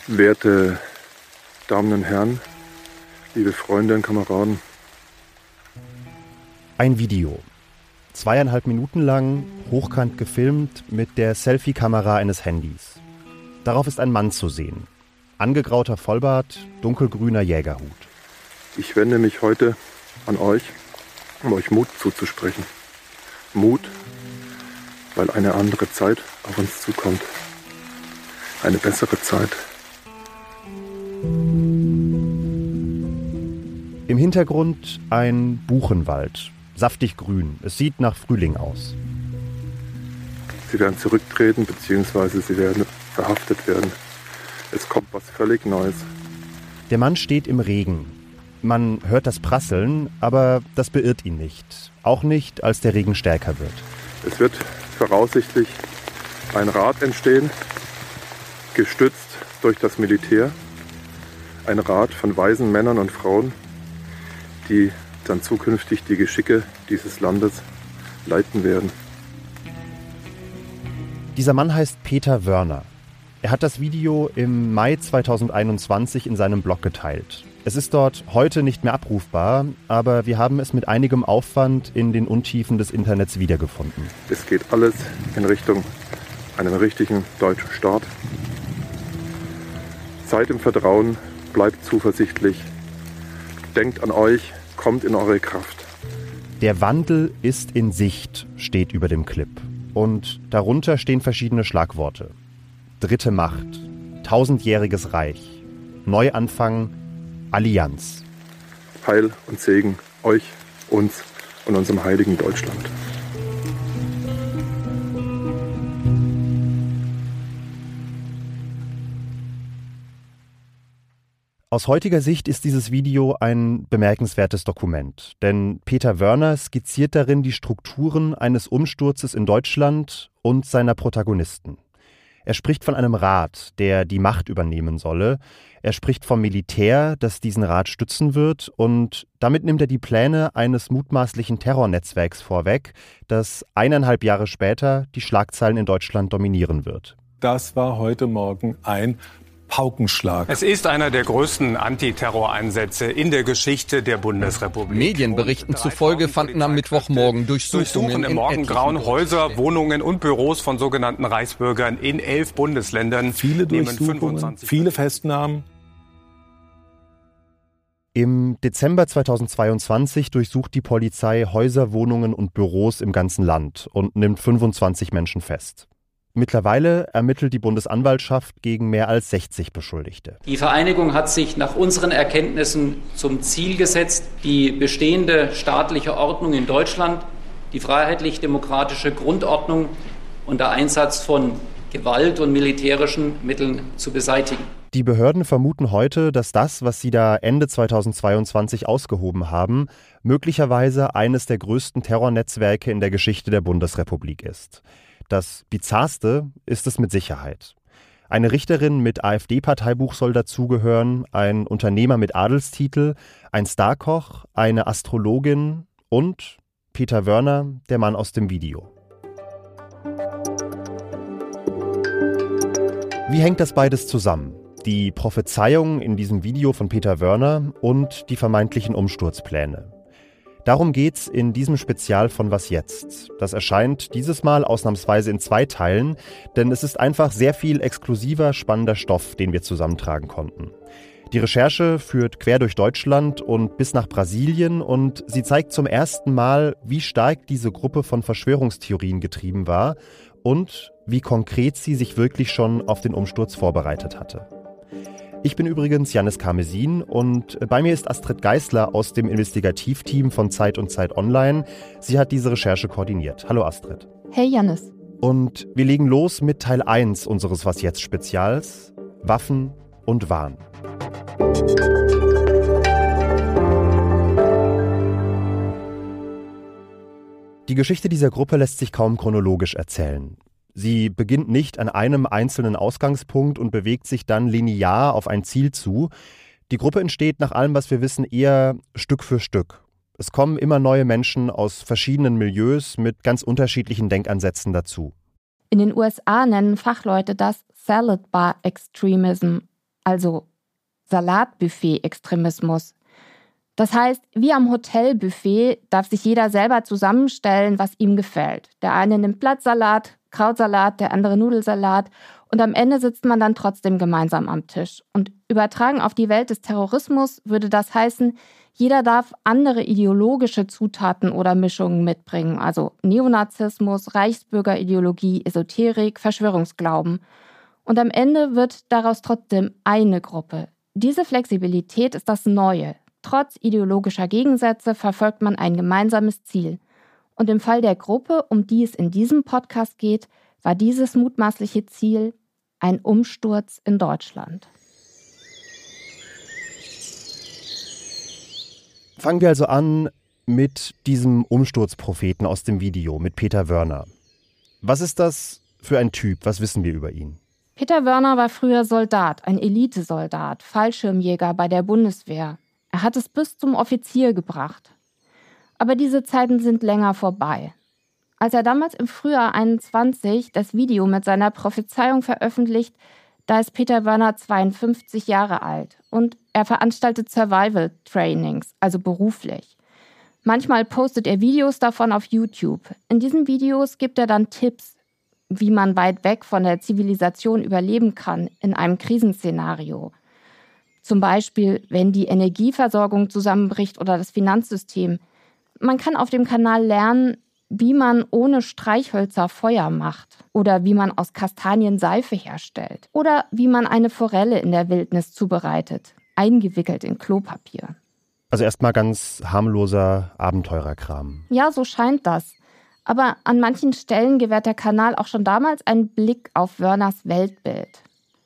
Werte Damen und Herren, liebe Freunde und Kameraden. Ein Video. 2,5 Minuten lang, hochkant gefilmt mit der Selfie-Kamera eines Handys. Darauf ist ein Mann zu sehen. Angegrauter Vollbart, dunkelgrüner Jägerhut. Ich wende mich heute an euch, um euch Mut zuzusprechen. Mut, weil eine andere Zeit auf uns zukommt. Eine bessere Zeit. Im Hintergrund ein Buchenwald, saftig grün. Es sieht nach Frühling aus. Sie werden zurücktreten bzw. sie werden verhaftet werden. Es kommt was völlig Neues. Der Mann steht im Regen. Man hört das Prasseln, aber das beirrt ihn nicht. Auch nicht, als der Regen stärker wird. Es wird voraussichtlich ein Rat entstehen, gestützt durch das Militär. Ein Rat von weisen Männern und Frauen, die dann zukünftig die Geschicke dieses Landes leiten werden. Dieser Mann heißt Peter Wörner. Er hat das Video im Mai 2021 in seinem Blog geteilt. Es ist dort heute nicht mehr abrufbar, aber wir haben es mit einigem Aufwand in den Untiefen des Internets wiedergefunden. Es geht alles in Richtung einem richtigen deutschen Staat. Seid im Vertrauen, bleibt zuversichtlich, denkt an euch, kommt in eure Kraft. Der Wandel ist in Sicht, steht über dem Clip. Und darunter stehen verschiedene Schlagworte. Dritte Macht, 1000-jähriges Reich, Neuanfang, Allianz. Heil und Segen euch, uns und unserem heiligen Deutschland. Aus heutiger Sicht ist dieses Video ein bemerkenswertes Dokument, denn Peter Wörner skizziert darin die Strukturen eines Umsturzes in Deutschland und seiner Protagonisten. Er spricht von einem Rat, der die Macht übernehmen solle. Er spricht vom Militär, das diesen Rat stützen wird, und damit nimmt er die Pläne eines mutmaßlichen Terrornetzwerks vorweg, das 1,5 Jahre später die Schlagzeilen in Deutschland dominieren wird. Das war heute Morgen ein Paukenschlag. Es ist einer der größten Antiterroreinsätze in der Geschichte der Bundesrepublik. Medienberichten zufolge fanden am Mittwochmorgen Durchsuchungen im Morgengrauen Häuser, Wohnungen und Büros von sogenannten Reichsbürgern in 11 Bundesländern. Viele Durchsuchungen, viele Festnahmen. Im Dezember 2022 durchsucht die Polizei Häuser, Wohnungen und Büros im ganzen Land und nimmt 25 Menschen fest. Mittlerweile ermittelt die Bundesanwaltschaft gegen mehr als 60 Beschuldigte. Die Vereinigung hat sich nach unseren Erkenntnissen zum Ziel gesetzt, die bestehende staatliche Ordnung in Deutschland, die freiheitlich-demokratische Grundordnung und der Einsatz von Gewalt und militärischen Mitteln zu beseitigen. Die Behörden vermuten heute, dass das, was sie da Ende 2022 ausgehoben haben, möglicherweise eines der größten Terrornetzwerke in der Geschichte der Bundesrepublik ist. Das Bizarrste ist es mit Sicherheit. Eine Richterin mit AfD-Parteibuch soll dazugehören, ein Unternehmer mit Adelstitel, ein Starkoch, eine Astrologin und Peter Wörner, der Mann aus dem Video. Wie hängt das beides zusammen? Die Prophezeiung in diesem Video von Peter Wörner und die vermeintlichen Umsturzpläne. Darum geht's in diesem Spezial von Was jetzt? Das erscheint dieses Mal ausnahmsweise in 2 Teilen, denn es ist einfach sehr viel exklusiver, spannender Stoff, den wir zusammentragen konnten. Die Recherche führt quer durch Deutschland und bis nach Brasilien und sie zeigt zum ersten Mal, wie stark diese Gruppe von Verschwörungstheorien getrieben war und wie konkret sie sich wirklich schon auf den Umsturz vorbereitet hatte. Ich bin übrigens Jannis Karmesin und bei mir ist Astrid Geisler aus dem Investigativteam von Zeit und Zeit Online. Sie hat diese Recherche koordiniert. Hallo Astrid. Hey Jannis. Und wir legen los mit Teil 1 unseres Was jetzt Spezials: Waffen und Wahn. Die Geschichte dieser Gruppe lässt sich kaum chronologisch erzählen. Sie beginnt nicht an einem einzelnen Ausgangspunkt und bewegt sich dann linear auf ein Ziel zu. Die Gruppe entsteht nach allem, was wir wissen, eher Stück für Stück. Es kommen immer neue Menschen aus verschiedenen Milieus mit ganz unterschiedlichen Denkansätzen dazu. In den USA nennen Fachleute das Salad Bar Extremism. also Salatbuffet-Extremismus. Das heißt, wie am Hotelbuffet darf sich jeder selber zusammenstellen, was ihm gefällt. Der eine nimmt Blattsalat, Krautsalat, der andere Nudelsalat und am Ende sitzt man dann trotzdem gemeinsam am Tisch. Und übertragen auf die Welt des Terrorismus würde das heißen, jeder darf andere ideologische Zutaten oder Mischungen mitbringen, also Neonazismus, Reichsbürgerideologie, Esoterik, Verschwörungsglauben. Und am Ende wird daraus trotzdem eine Gruppe. Diese Flexibilität ist das Neue. Trotz ideologischer Gegensätze verfolgt man ein gemeinsames Ziel. Und im Fall der Gruppe, um die es in diesem Podcast geht, war dieses mutmaßliche Ziel ein Umsturz in Deutschland. Fangen wir also an mit diesem Umsturzpropheten aus dem Video, mit Peter Wörner. Was ist das für ein Typ? Was wissen wir über ihn? Peter Wörner war früher Soldat, ein Elitesoldat, Fallschirmjäger bei der Bundeswehr. Er hat es bis zum Offizier gebracht. Aber diese Zeiten sind länger vorbei. Als er damals im Frühjahr 21 das Video mit seiner Prophezeiung veröffentlicht, da ist Peter Wörner 52 Jahre alt und er veranstaltet Survival-Trainings, also beruflich. Manchmal postet er Videos davon auf YouTube. In diesen Videos gibt er dann Tipps, wie man weit weg von der Zivilisation überleben kann in einem Krisenszenario. Zum Beispiel, wenn die Energieversorgung zusammenbricht oder das Finanzsystem. Man kann auf dem Kanal lernen, wie man ohne Streichhölzer Feuer macht oder wie man aus Kastanien Seife herstellt oder wie man eine Forelle in der Wildnis zubereitet, eingewickelt in Klopapier. Also erstmal ganz harmloser Abenteurerkram. Ja, so scheint das. Aber an manchen Stellen gewährt der Kanal auch schon damals einen Blick auf Wörners Weltbild.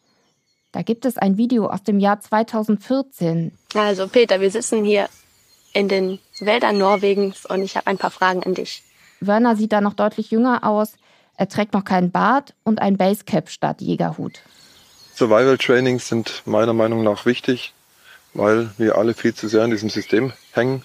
Da gibt es ein Video aus dem Jahr 2014. Also Peter, wir sitzen hier in den Wäldern Norwegens und ich habe ein paar Fragen an dich. Wörner sieht da noch deutlich jünger aus. Er trägt noch keinen Bart und ein Basecap statt Jägerhut. Survival-Trainings sind meiner Meinung nach wichtig, weil wir alle viel zu sehr in diesem System hängen,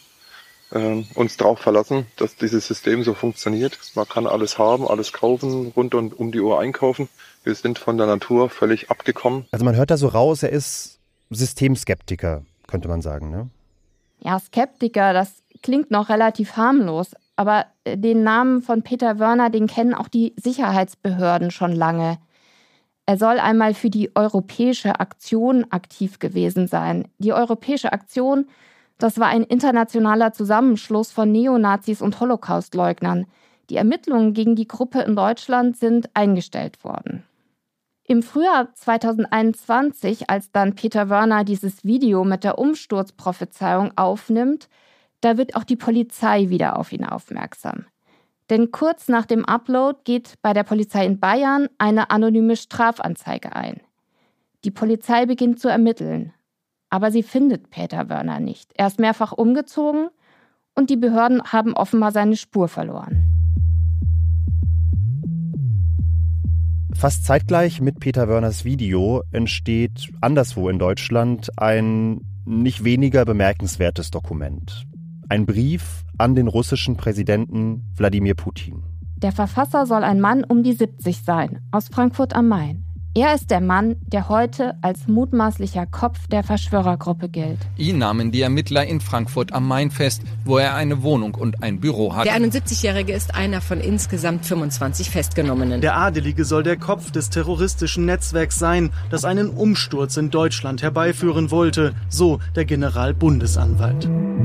uns darauf verlassen, dass dieses System so funktioniert. Man kann alles haben, alles kaufen, rund und um die Uhr einkaufen. Wir sind von der Natur völlig abgekommen. Also man hört da so raus, er ist Systemskeptiker, könnte man sagen, ne? Ja, Skeptiker, das klingt noch relativ harmlos. Aber den Namen von Peter Wörner, den kennen auch die Sicherheitsbehörden schon lange. Er soll einmal für die Europäische Aktion aktiv gewesen sein. Die Europäische Aktion, das war ein internationaler Zusammenschluss von Neonazis und Holocaustleugnern. Die Ermittlungen gegen die Gruppe in Deutschland sind eingestellt worden. Im Frühjahr 2021, als dann Peter Wörner dieses Video mit der Umsturzprophezeiung aufnimmt, da wird auch die Polizei wieder auf ihn aufmerksam. Denn kurz nach dem Upload geht bei der Polizei in Bayern eine anonyme Strafanzeige ein. Die Polizei beginnt zu ermitteln. Aber sie findet Peter Wörner nicht. Er ist mehrfach umgezogen und die Behörden haben offenbar seine Spur verloren. Fast zeitgleich mit Peter Wörners Video entsteht anderswo in Deutschland ein nicht weniger bemerkenswertes Dokument. Ein Brief an den russischen Präsidenten Wladimir Putin. Der Verfasser soll ein Mann um die 70 sein, aus Frankfurt am Main. Er ist der Mann, der heute als mutmaßlicher Kopf der Verschwörergruppe gilt. Ihn nahmen die Ermittler in Frankfurt am Main fest, wo er eine Wohnung und ein Büro hat. Der 71-Jährige ist einer von insgesamt 25 Festgenommenen. Der Adelige soll der Kopf des terroristischen Netzwerks sein, das einen Umsturz in Deutschland herbeiführen wollte, so der Generalbundesanwalt.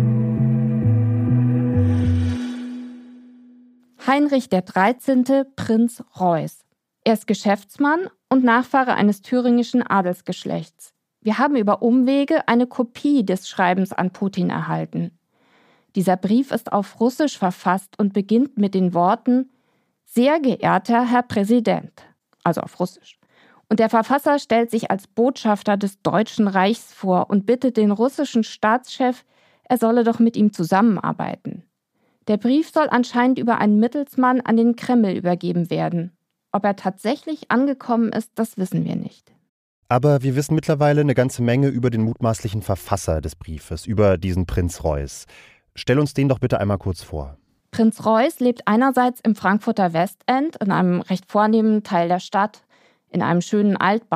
Heinrich XIII. Prinz Reuß. Er ist Geschäftsmann und Nachfahre eines thüringischen Adelsgeschlechts. Wir haben über Umwege eine Kopie des Schreibens an Putin erhalten. Dieser Brief ist auf Russisch verfasst und beginnt mit den Worten »Sehr geehrter Herr Präsident«, also auf Russisch. Und der Verfasser stellt sich als Botschafter des Deutschen Reichs vor und bittet den russischen Staatschef, er solle doch mit ihm zusammenarbeiten. Der Brief soll anscheinend über einen Mittelsmann an den Kreml übergeben werden. Ob er tatsächlich angekommen ist, das wissen wir nicht. Aber wir wissen mittlerweile eine ganze Menge über den mutmaßlichen Verfasser des Briefes, über diesen Prinz Reuß. Stell uns den doch bitte einmal kurz vor. Prinz Reuß lebt einerseits im Frankfurter Westend, in einem recht vornehmen Teil der Stadt, in einem schönen Altbau.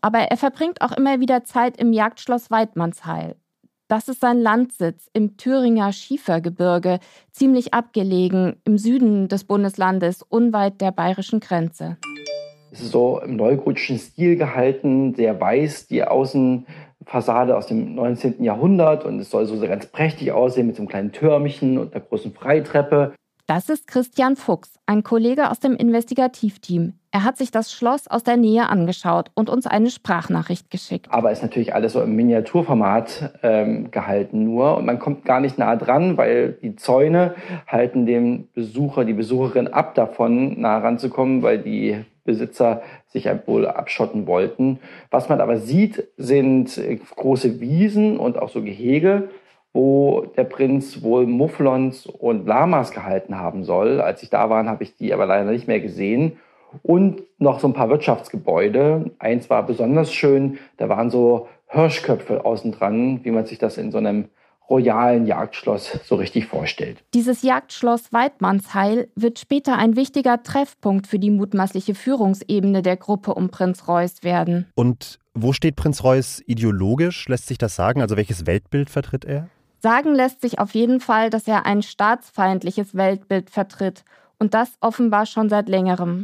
Aber er verbringt auch immer wieder Zeit im Jagdschloss Weidmannsheil. Das ist sein Landsitz im Thüringer Schiefergebirge, ziemlich abgelegen im Süden des Bundeslandes, unweit der bayerischen Grenze. Es ist so im neugotischen Stil gehalten, sehr weiß, die Außenfassade aus dem 19. Jahrhundert. Und es soll so ganz prächtig aussehen mit so einem kleinen Türmchen und einer großen Freitreppe. Das ist Christian Fuchs, ein Kollege aus dem Investigativteam. Er hat sich das Schloss aus der Nähe angeschaut und uns eine Sprachnachricht geschickt. Aber ist natürlich alles so im Miniaturformat gehalten nur. Und man kommt gar nicht nah dran, weil die Zäune halten dem Besucher, die Besucherin ab davon, nah ranzukommen, weil die Besitzer sich wohl abschotten wollten. Was man aber sieht, sind große Wiesen und auch so Gehege, wo der Prinz wohl Mufflons und Lamas gehalten haben soll. Als ich da war, habe ich die aber leider nicht mehr gesehen. Und noch so ein paar Wirtschaftsgebäude. Eins war besonders schön, da waren so Hirschköpfe außen dran, wie man sich das in so einem royalen Jagdschloss so richtig vorstellt. Dieses Jagdschloss Weidmannsheil wird später ein wichtiger Treffpunkt für die mutmaßliche Führungsebene der Gruppe um Prinz Reuß werden. Und wo steht Prinz Reuß ideologisch? Lässt sich das sagen? Also welches Weltbild vertritt er? Sagen lässt sich auf jeden Fall, dass er ein staatsfeindliches Weltbild vertritt. Und das offenbar schon seit längerem.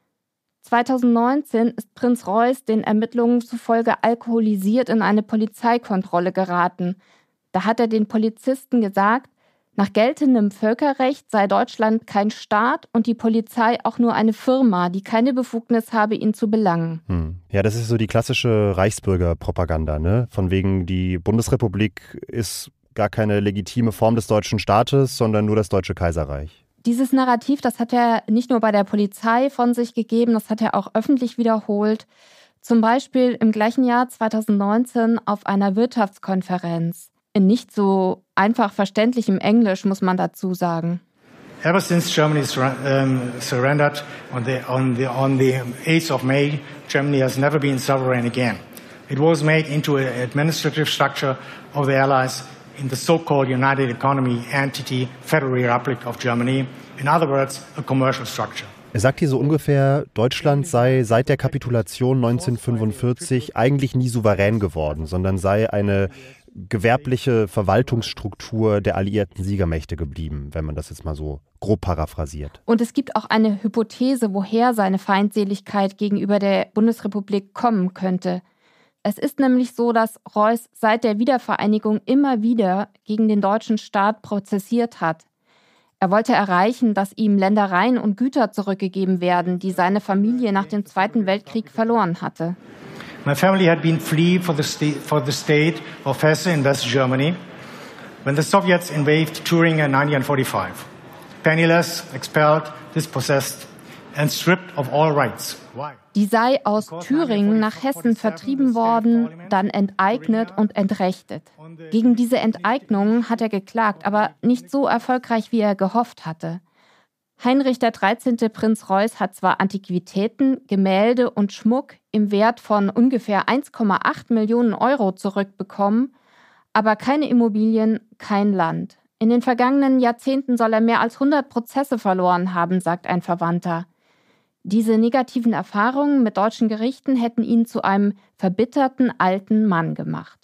2019 ist Prinz Reuß den Ermittlungen zufolge alkoholisiert in eine Polizeikontrolle geraten. Da hat er den Polizisten gesagt, nach geltendem Völkerrecht sei Deutschland kein Staat und die Polizei auch nur eine Firma, die keine Befugnis habe, ihn zu belangen. Ja, das ist so die klassische Reichsbürgerpropaganda, ne? Von wegen, die Bundesrepublik ist gar keine legitime Form des deutschen Staates, sondern nur das Deutsche Kaiserreich. Dieses Narrativ, das hat er nicht nur bei der Polizei von sich gegeben, das hat er auch öffentlich wiederholt. Zum Beispiel im gleichen Jahr 2019 auf einer Wirtschaftskonferenz. In nicht so einfach verständlichem Englisch, muss man dazu sagen. Ever since Germany surrendered on the 8th of May, Germany has never been sovereign again. It was made into an administrative structure of the Allies in the so-called United Economy Entity Federal Republic of Germany. In other words, a commercial structure. Er sagt hier so ungefähr, Deutschland sei seit der Kapitulation 1945 eigentlich nie souverän geworden, sondern sei eine gewerbliche Verwaltungsstruktur der alliierten Siegermächte geblieben, wenn man das jetzt mal so grob paraphrasiert. Und es gibt auch eine Hypothese, woher seine Feindseligkeit gegenüber der Bundesrepublik kommen könnte. Es ist nämlich so, dass Reuß seit der Wiedervereinigung immer wieder gegen den deutschen Staat prozessiert hat. Er wollte erreichen, dass ihm Ländereien und Güter zurückgegeben werden, die seine Familie nach dem Zweiten Weltkrieg verloren hatte. My family had been flee for the state of Hesse in West Germany when the Soviets invaded Turin in 1945. Penniless, expelled, dispossessed and stripped of all rights. Why? Die sei aus Thüringen nach Hessen vertrieben worden, dann enteignet und entrechtet. Gegen diese Enteignung hat er geklagt, aber nicht so erfolgreich, wie er gehofft hatte. Heinrich XIII. Prinz Reuß hat zwar Antiquitäten, Gemälde und Schmuck im Wert von ungefähr 1,8 Millionen Euro zurückbekommen, aber keine Immobilien, kein Land. In den vergangenen Jahrzehnten soll er mehr als 100 Prozesse verloren haben, sagt ein Verwandter. Diese negativen Erfahrungen mit deutschen Gerichten hätten ihn zu einem verbitterten alten Mann gemacht.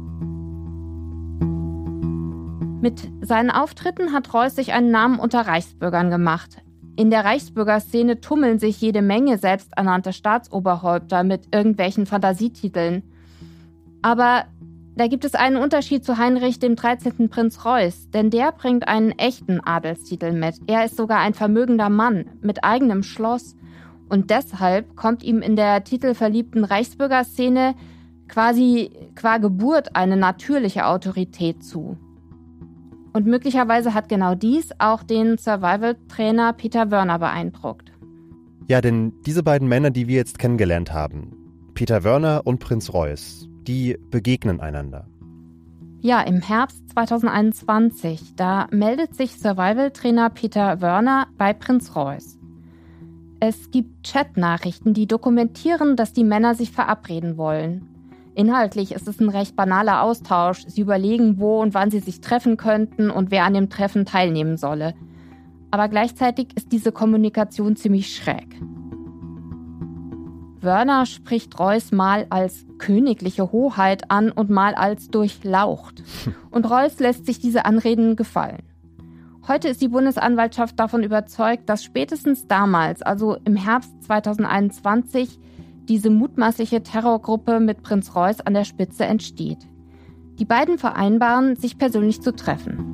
Mit seinen Auftritten hat Reuß sich einen Namen unter Reichsbürgern gemacht. In der Reichsbürgerszene tummeln sich jede Menge selbsternannte Staatsoberhäupter mit irgendwelchen Fantasietiteln. Aber da gibt es einen Unterschied zu Heinrich dem 13. Prinz Reuß, denn der bringt einen echten Adelstitel mit. Er ist sogar ein vermögender Mann mit eigenem Schloss. Und deshalb kommt ihm in der titelverliebten Reichsbürgerszene quasi qua Geburt eine natürliche Autorität zu. Und möglicherweise hat genau dies auch den Survival-Trainer Peter Wörner beeindruckt. Ja, denn diese beiden Männer, die wir jetzt kennengelernt haben, Peter Wörner und Prinz Reuß, die begegnen einander. Ja, im Herbst 2021, da meldet sich Survival-Trainer Peter Wörner bei Prinz Reuß. Es gibt Chatnachrichten, die dokumentieren, dass die Männer sich verabreden wollen. Inhaltlich ist es ein recht banaler Austausch. Sie überlegen, wo und wann sie sich treffen könnten und wer an dem Treffen teilnehmen solle. Aber gleichzeitig ist diese Kommunikation ziemlich schräg. Wörner spricht Reuß mal als königliche Hoheit an und mal als durchlaucht. Und Reuß lässt sich diese Anreden gefallen. Heute ist die Bundesanwaltschaft davon überzeugt, dass spätestens damals, also im Herbst 2021, diese mutmaßliche Terrorgruppe mit Prinz Reuß an der Spitze entsteht. Die beiden vereinbaren, sich persönlich zu treffen.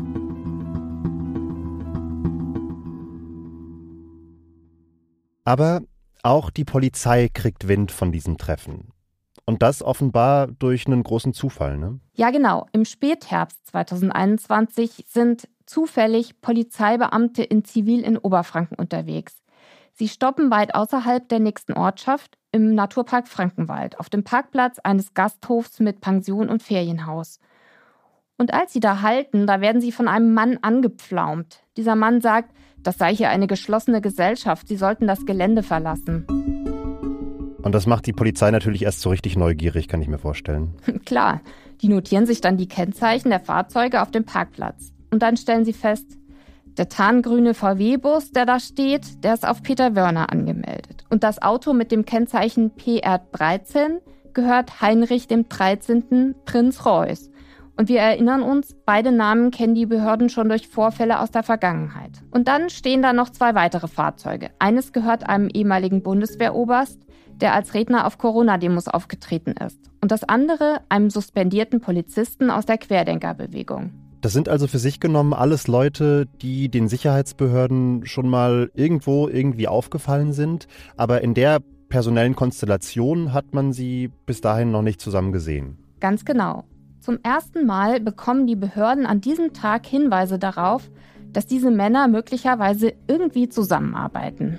Aber auch die Polizei kriegt Wind von diesem Treffen. Und das offenbar durch einen großen Zufall, ne? Ja, genau. Im Spätherbst 2021 sind zufällig Polizeibeamte in Zivil in Oberfranken unterwegs. Sie stoppen weit außerhalb der nächsten Ortschaft im Naturpark Frankenwald, auf dem Parkplatz eines Gasthofs mit Pension und Ferienhaus. Und als sie da halten, da werden sie von einem Mann angepflaumt. Dieser Mann sagt, das sei hier eine geschlossene Gesellschaft, sie sollten das Gelände verlassen. Und das macht die Polizei natürlich erst so richtig neugierig, kann ich mir vorstellen. Klar, die notieren sich dann die Kennzeichen der Fahrzeuge auf dem Parkplatz. Und dann stellen sie fest, der tarngrüne VW-Bus, der da steht, der ist auf Peter Wörner angemeldet. Und das Auto mit dem Kennzeichen PR13 gehört Heinrich dem 13. Prinz Reuß. Und wir erinnern uns, beide Namen kennen die Behörden schon durch Vorfälle aus der Vergangenheit. Und dann stehen da noch 2 weitere Fahrzeuge. Eines gehört einem ehemaligen Bundeswehroberst, der als Redner auf Corona-Demos aufgetreten ist. Und das andere einem suspendierten Polizisten aus der Querdenkerbewegung. Das sind also für sich genommen alles Leute, die den Sicherheitsbehörden schon mal irgendwie aufgefallen sind. Aber in der personellen Konstellation hat man sie bis dahin noch nicht zusammen gesehen. Ganz genau. Zum ersten Mal bekommen die Behörden an diesem Tag Hinweise darauf, dass diese Männer möglicherweise irgendwie zusammenarbeiten.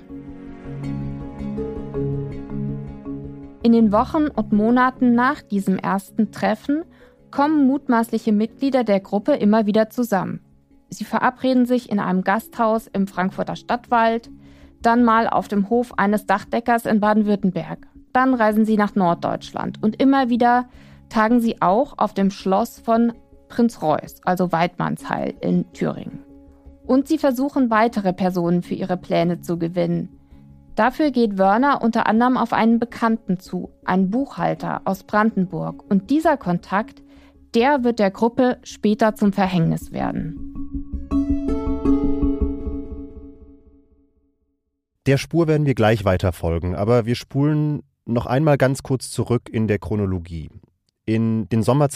In den Wochen und Monaten nach diesem ersten Treffen kommen mutmaßliche Mitglieder der Gruppe immer wieder zusammen. Sie verabreden sich in einem Gasthaus im Frankfurter Stadtwald, dann mal auf dem Hof eines Dachdeckers in Baden-Württemberg. Dann reisen sie nach Norddeutschland und immer wieder tagen sie auch auf dem Schloss von Prinz Reuß, also Weidmannsheil in Thüringen. Und sie versuchen, weitere Personen für ihre Pläne zu gewinnen. Dafür geht Wörner unter anderem auf einen Bekannten zu, einen Buchhalter aus Brandenburg. Und dieser Kontakt, der wird der Gruppe später zum Verhängnis werden. Der Spur werden wir gleich weiterfolgen, aber wir spulen noch einmal ganz kurz zurück in der Chronologie. In den Sommer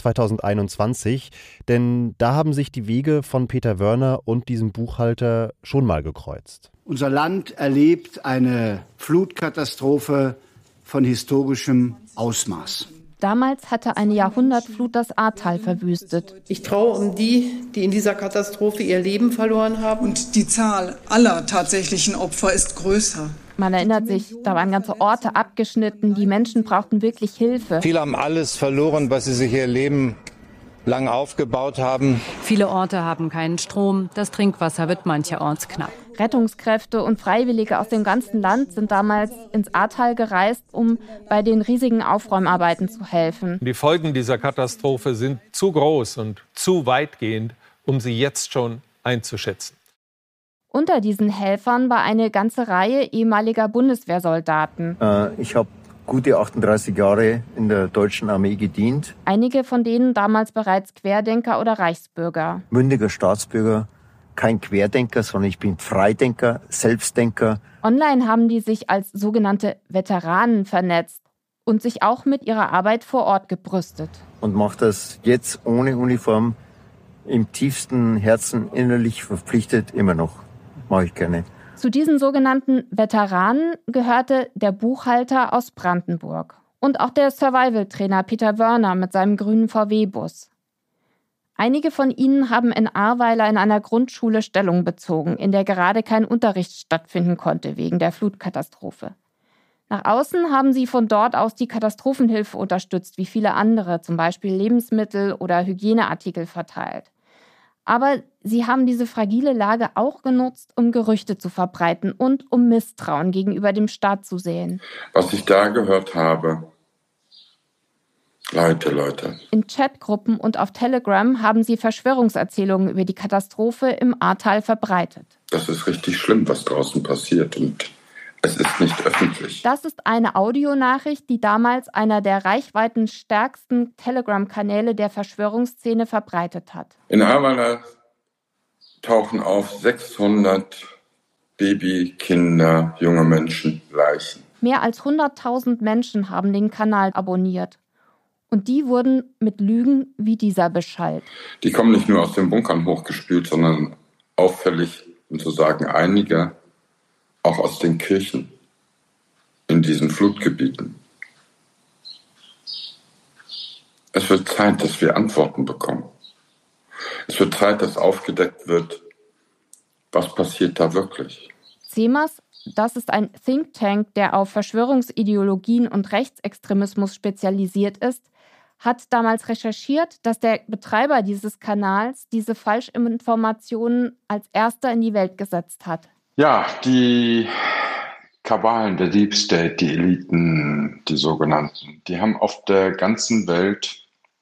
2021, denn da haben sich die Wege von Peter Wörner und diesem Buchhalter schon mal gekreuzt. Unser Land erlebt eine Flutkatastrophe von historischem Ausmaß. Damals hatte eine Jahrhundertflut das Ahrtal verwüstet. Ich traue um die in dieser Katastrophe ihr Leben verloren haben. Und die Zahl aller tatsächlichen Opfer ist größer. Man erinnert sich, da waren ganze Orte abgeschnitten, die Menschen brauchten wirklich Hilfe. Viele haben alles verloren, was sie sich ihr Leben lang aufgebaut haben. Viele Orte haben keinen Strom, das Trinkwasser wird mancherorts knapp. Rettungskräfte und Freiwillige aus dem ganzen Land sind damals ins Ahrtal gereist, um bei den riesigen Aufräumarbeiten zu helfen. Die Folgen dieser Katastrophe sind zu groß und zu weitgehend, um sie jetzt schon einzuschätzen. Unter diesen Helfern war eine ganze Reihe ehemaliger Bundeswehrsoldaten. Ich habe gute 38 Jahre in der deutschen Armee gedient. Einige von denen damals bereits Querdenker oder Reichsbürger. Mündiger Staatsbürger, kein Querdenker, sondern ich bin Freidenker, Selbstdenker. Online haben die sich als sogenannte Veteranen vernetzt und sich auch mit ihrer Arbeit vor Ort gebrüstet. Und mache das jetzt ohne Uniform, im tiefsten Herzen innerlich verpflichtet, immer noch. Mache ich gerne. Zu diesen sogenannten Veteranen gehörte der Buchhalter aus Brandenburg und auch der Survival-Trainer Peter Wörner mit seinem grünen VW-Bus. Einige von ihnen haben in Ahrweiler in einer Grundschule Stellung bezogen, in der gerade kein Unterricht stattfinden konnte wegen der Flutkatastrophe. Nach außen haben sie von dort aus die Katastrophenhilfe unterstützt, wie viele andere, zum Beispiel Lebensmittel oder Hygieneartikel verteilt. Aber sie haben diese fragile Lage auch genutzt, um Gerüchte zu verbreiten und um Misstrauen gegenüber dem Staat zu säen. Was ich da gehört habe, Leute. In Chatgruppen und auf Telegram haben sie Verschwörungserzählungen über die Katastrophe im Ahrtal verbreitet. Das ist richtig schlimm, was draußen passiert. Und Es ist nicht öffentlich. Das ist eine Audionachricht, die damals einer der reichweitenstärksten Telegram-Kanäle der Verschwörungsszene verbreitet hat. In Ramallah tauchen auf 600 Baby, Kinder, junge Menschen, Leichen. Mehr als 100.000 Menschen haben den Kanal abonniert. Und die wurden mit Lügen wie dieser beschallt. Die kommen nicht nur aus den Bunkern hochgespült, sondern auffällig, um zu sagen, einige auch aus den Kirchen in diesen Flutgebieten. Es wird Zeit, dass wir Antworten bekommen. Es wird Zeit, dass aufgedeckt wird, was passiert da wirklich. CEMAS, das ist ein Think Tank, der auf Verschwörungsideologien und Rechtsextremismus spezialisiert ist, hat damals recherchiert, dass der Betreiber dieses Kanals diese Falschinformationen als erster in die Welt gesetzt hat. Ja, die Kabalen, der Deep State, die Eliten, die sogenannten, die haben auf der ganzen Welt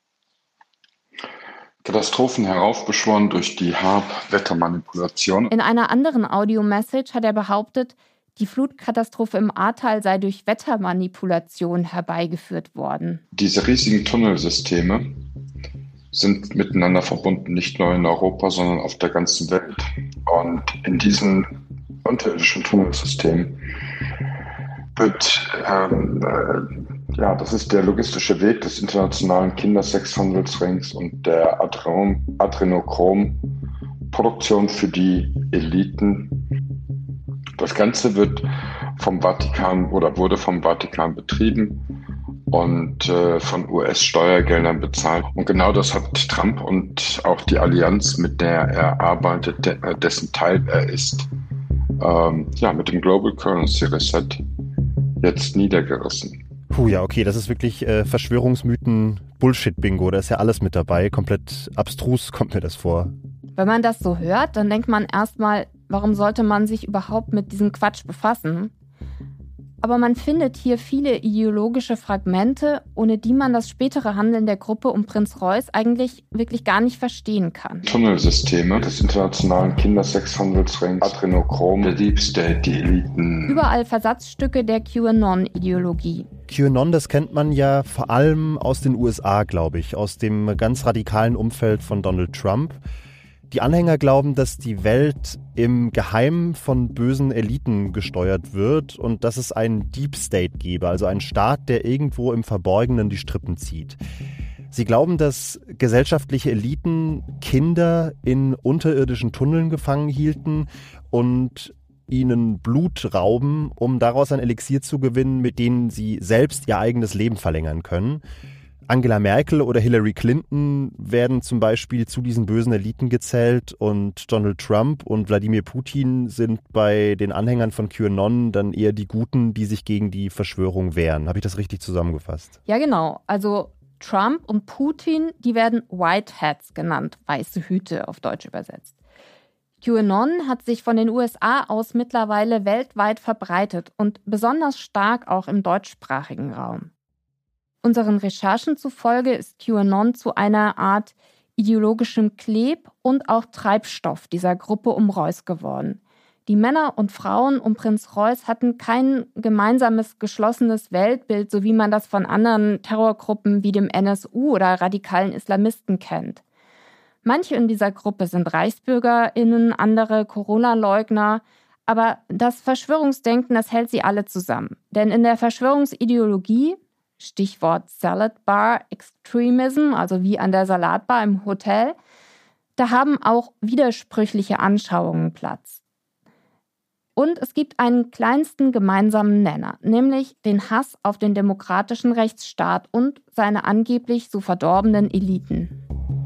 Katastrophen heraufbeschworen durch die Wettermanipulation. In einer anderen Audio-Message hat er behauptet, die Flutkatastrophe im Ahrtal sei durch Wettermanipulation herbeigeführt worden. Diese riesigen Tunnelsysteme sind miteinander verbunden, nicht nur in Europa, sondern auf der ganzen Welt. Und in diesen unterirdischen Tunnelsystemen wird, das ist der logistische Weg des internationalen Kindersexhandelsrings und der Adrenochrom-Produktion für die Eliten. Das Ganze wird vom Vatikan oder wurde vom Vatikan betrieben und von US-Steuergeldern bezahlt. Und genau das hat Trump und auch die Allianz, mit der er arbeitet, dessen Teil er ist, mit dem Global Currency Reset jetzt niedergerissen. Ja, okay, das ist wirklich Verschwörungsmythen-Bullshit-Bingo. Da ist ja alles mit dabei. Komplett abstrus kommt mir das vor. Wenn man das so hört, dann denkt man erstmal, warum sollte man sich überhaupt mit diesem Quatsch befassen? Aber man findet hier viele ideologische Fragmente, ohne die man das spätere Handeln der Gruppe um Prinz Reuß eigentlich wirklich gar nicht verstehen kann. Tunnelsysteme des internationalen Kindersexhandelsrings, Adrenochrom, der Deep State, die Eliten. Überall Versatzstücke der QAnon-Ideologie. QAnon, das kennt man ja vor allem aus den USA, glaube ich, aus dem ganz radikalen Umfeld von Donald Trump. Die Anhänger glauben, dass die Welt im Geheimen von bösen Eliten gesteuert wird und dass es einen Deep State gebe, also einen Staat, der irgendwo im Verborgenen die Strippen zieht. Sie glauben, dass gesellschaftliche Eliten Kinder in unterirdischen Tunneln gefangen hielten und ihnen Blut rauben, um daraus ein Elixier zu gewinnen, mit dem sie selbst ihr eigenes Leben verlängern können. Angela Merkel oder Hillary Clinton werden zum Beispiel zu diesen bösen Eliten gezählt und Donald Trump und Wladimir Putin sind bei den Anhängern von QAnon dann eher die Guten, die sich gegen die Verschwörung wehren. Habe ich das richtig zusammengefasst? Ja, genau. Also Trump und Putin, die werden White Hats genannt, weiße Hüte auf Deutsch übersetzt. QAnon hat sich von den USA aus mittlerweile weltweit verbreitet und besonders stark auch im deutschsprachigen Raum. Unseren Recherchen zufolge ist QAnon zu einer Art ideologischem Kleb- und auch Treibstoff dieser Gruppe um Reuß geworden. Die Männer und Frauen um Prinz Reuß hatten kein gemeinsames, geschlossenes Weltbild, so wie man das von anderen Terrorgruppen wie dem NSU oder radikalen Islamisten kennt. Manche in dieser Gruppe sind ReichsbürgerInnen, andere Corona-Leugner, aber das Verschwörungsdenken, das hält sie alle zusammen. Denn in der Verschwörungsideologie, Stichwort Salad Bar Extremism, also wie an der Salatbar im Hotel, da haben auch widersprüchliche Anschauungen Platz. Und es gibt einen kleinsten gemeinsamen Nenner, nämlich den Hass auf den demokratischen Rechtsstaat und seine angeblich so verdorbenen Eliten.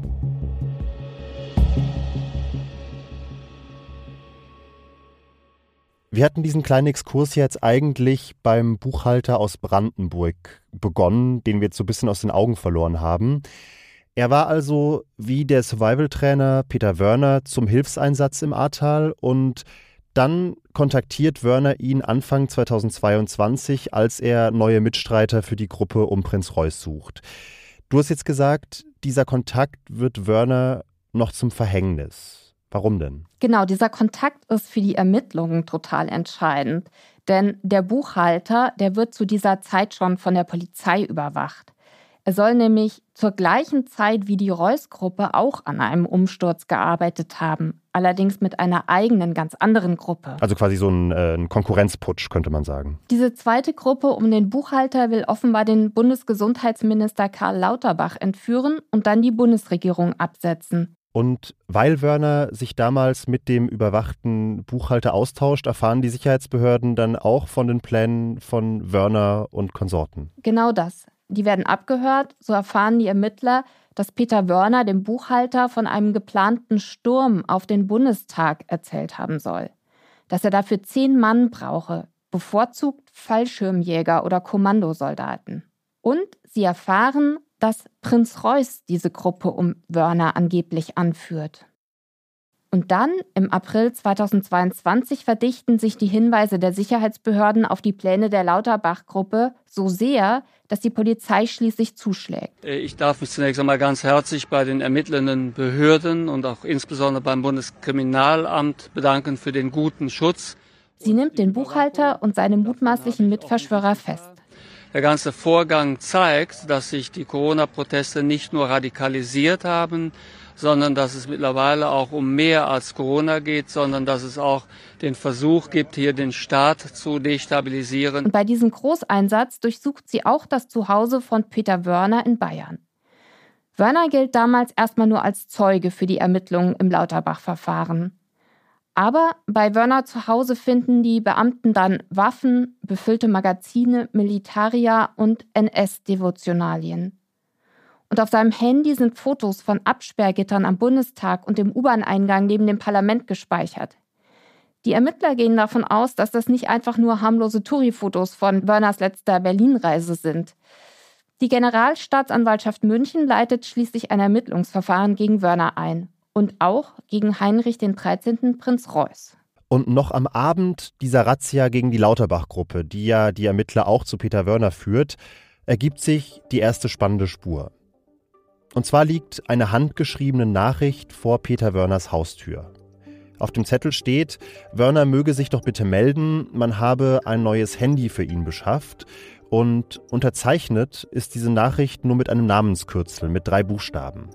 Wir hatten diesen kleinen Exkurs jetzt eigentlich beim Buchhalter aus Brandenburg begonnen, den wir jetzt so ein bisschen aus den Augen verloren haben. Er war also wie der Survival-Trainer Peter Wörner zum Hilfseinsatz im Ahrtal und dann kontaktiert Wörner ihn Anfang 2022, als er neue Mitstreiter für die Gruppe um Prinz Reuß sucht. Du hast jetzt gesagt, dieser Kontakt wird Wörner noch zum Verhängnis. Warum denn? Genau, dieser Kontakt ist für die Ermittlungen total entscheidend. Denn der Buchhalter, der wird zu dieser Zeit schon von der Polizei überwacht. Er soll nämlich zur gleichen Zeit wie die Reuss-Gruppe auch an einem Umsturz gearbeitet haben. Allerdings mit einer eigenen, ganz anderen Gruppe. Also quasi so ein Konkurrenzputsch, könnte man sagen. Diese zweite Gruppe um den Buchhalter will offenbar den Bundesgesundheitsminister Karl Lauterbach entführen und dann die Bundesregierung absetzen. Und weil Wörner sich damals mit dem überwachten Buchhalter austauscht, erfahren die Sicherheitsbehörden dann auch von den Plänen von Wörner und Konsorten. Genau das. Die werden abgehört, so erfahren die Ermittler, dass Peter Wörner dem Buchhalter von einem geplanten Sturm auf den Bundestag erzählt haben soll. Dass er dafür 10 Mann brauche, bevorzugt Fallschirmjäger oder Kommandosoldaten. Und sie erfahren, dass Prinz Reuß diese Gruppe um Wörner angeblich anführt. Und dann, im April 2022, verdichten sich die Hinweise der Sicherheitsbehörden auf die Pläne der Lauterbach-Gruppe so sehr, dass die Polizei schließlich zuschlägt. Ich darf mich zunächst einmal ganz herzlich bei den ermittelnden Behörden und auch insbesondere beim Bundeskriminalamt bedanken für den guten Schutz. Sie nimmt den Buchhalter und seine mutmaßlichen Mitverschwörer fest. Der ganze Vorgang zeigt, dass sich die Corona-Proteste nicht nur radikalisiert haben, sondern dass es mittlerweile auch um mehr als Corona geht, sondern dass es auch den Versuch gibt, hier den Staat zu destabilisieren. Und bei diesem Großeinsatz durchsucht sie auch das Zuhause von Peter Wörner in Bayern. Wörner gilt damals erstmal nur als Zeuge für die Ermittlungen im Lauterbach-Verfahren. Aber bei Wörner zu Hause finden die Beamten dann Waffen, befüllte Magazine, Militaria und NS-Devotionalien. Und auf seinem Handy sind Fotos von Absperrgittern am Bundestag und dem U-Bahn-Eingang neben dem Parlament gespeichert. Die Ermittler gehen davon aus, dass das nicht einfach nur harmlose Touri-Fotos von Wörners letzter Berlin-Reise sind. Die Generalstaatsanwaltschaft München leitet schließlich ein Ermittlungsverfahren gegen Wörner ein. Und auch gegen Heinrich XIII. Prinz Reuß. Und noch am Abend dieser Razzia gegen die Lauterbach-Gruppe, die ja die Ermittler auch zu Peter Wörner führt, ergibt sich die erste spannende Spur. Und zwar liegt eine handgeschriebene Nachricht vor Peter Wörners Haustür. Auf dem Zettel steht, Wörner möge sich doch bitte melden, man habe ein neues Handy für ihn beschafft. Und unterzeichnet ist diese Nachricht nur mit einem Namenskürzel mit 3 Buchstaben.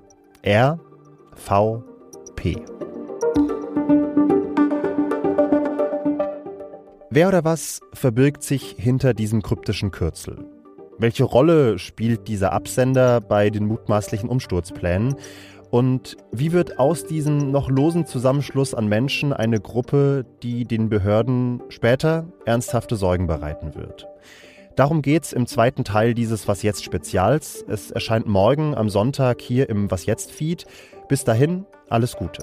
R.V.P. Wer oder was verbirgt sich hinter diesem kryptischen Kürzel? Welche Rolle spielt dieser Absender bei den mutmaßlichen Umsturzplänen? Und wie wird aus diesem noch losen Zusammenschluss an Menschen eine Gruppe, die den Behörden später ernsthafte Sorgen bereiten wird? Darum geht's im zweiten Teil dieses Was Jetzt Spezials. Es erscheint morgen am Sonntag hier im Was Jetzt Feed. Bis dahin, alles Gute.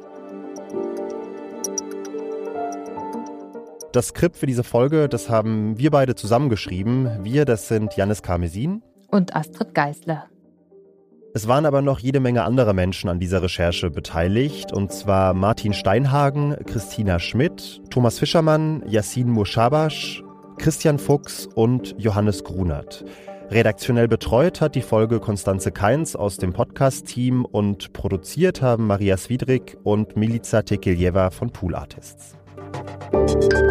Das Skript für diese Folge, das haben wir beide zusammengeschrieben. Wir, das sind Jannis Karmesin und Astrid Geisler. Es waren aber noch jede Menge anderer Menschen an dieser Recherche beteiligt. Und zwar Martin Steinhagen, Christina Schmidt, Thomas Fischermann, Yassin Mushabash, Christian Fuchs und Johannes Grunert. Redaktionell betreut hat die Folge Konstanze Kainz aus dem Podcast-Team und produziert haben Maria Swidrig und Milica Tekiljeva von Pool Artists.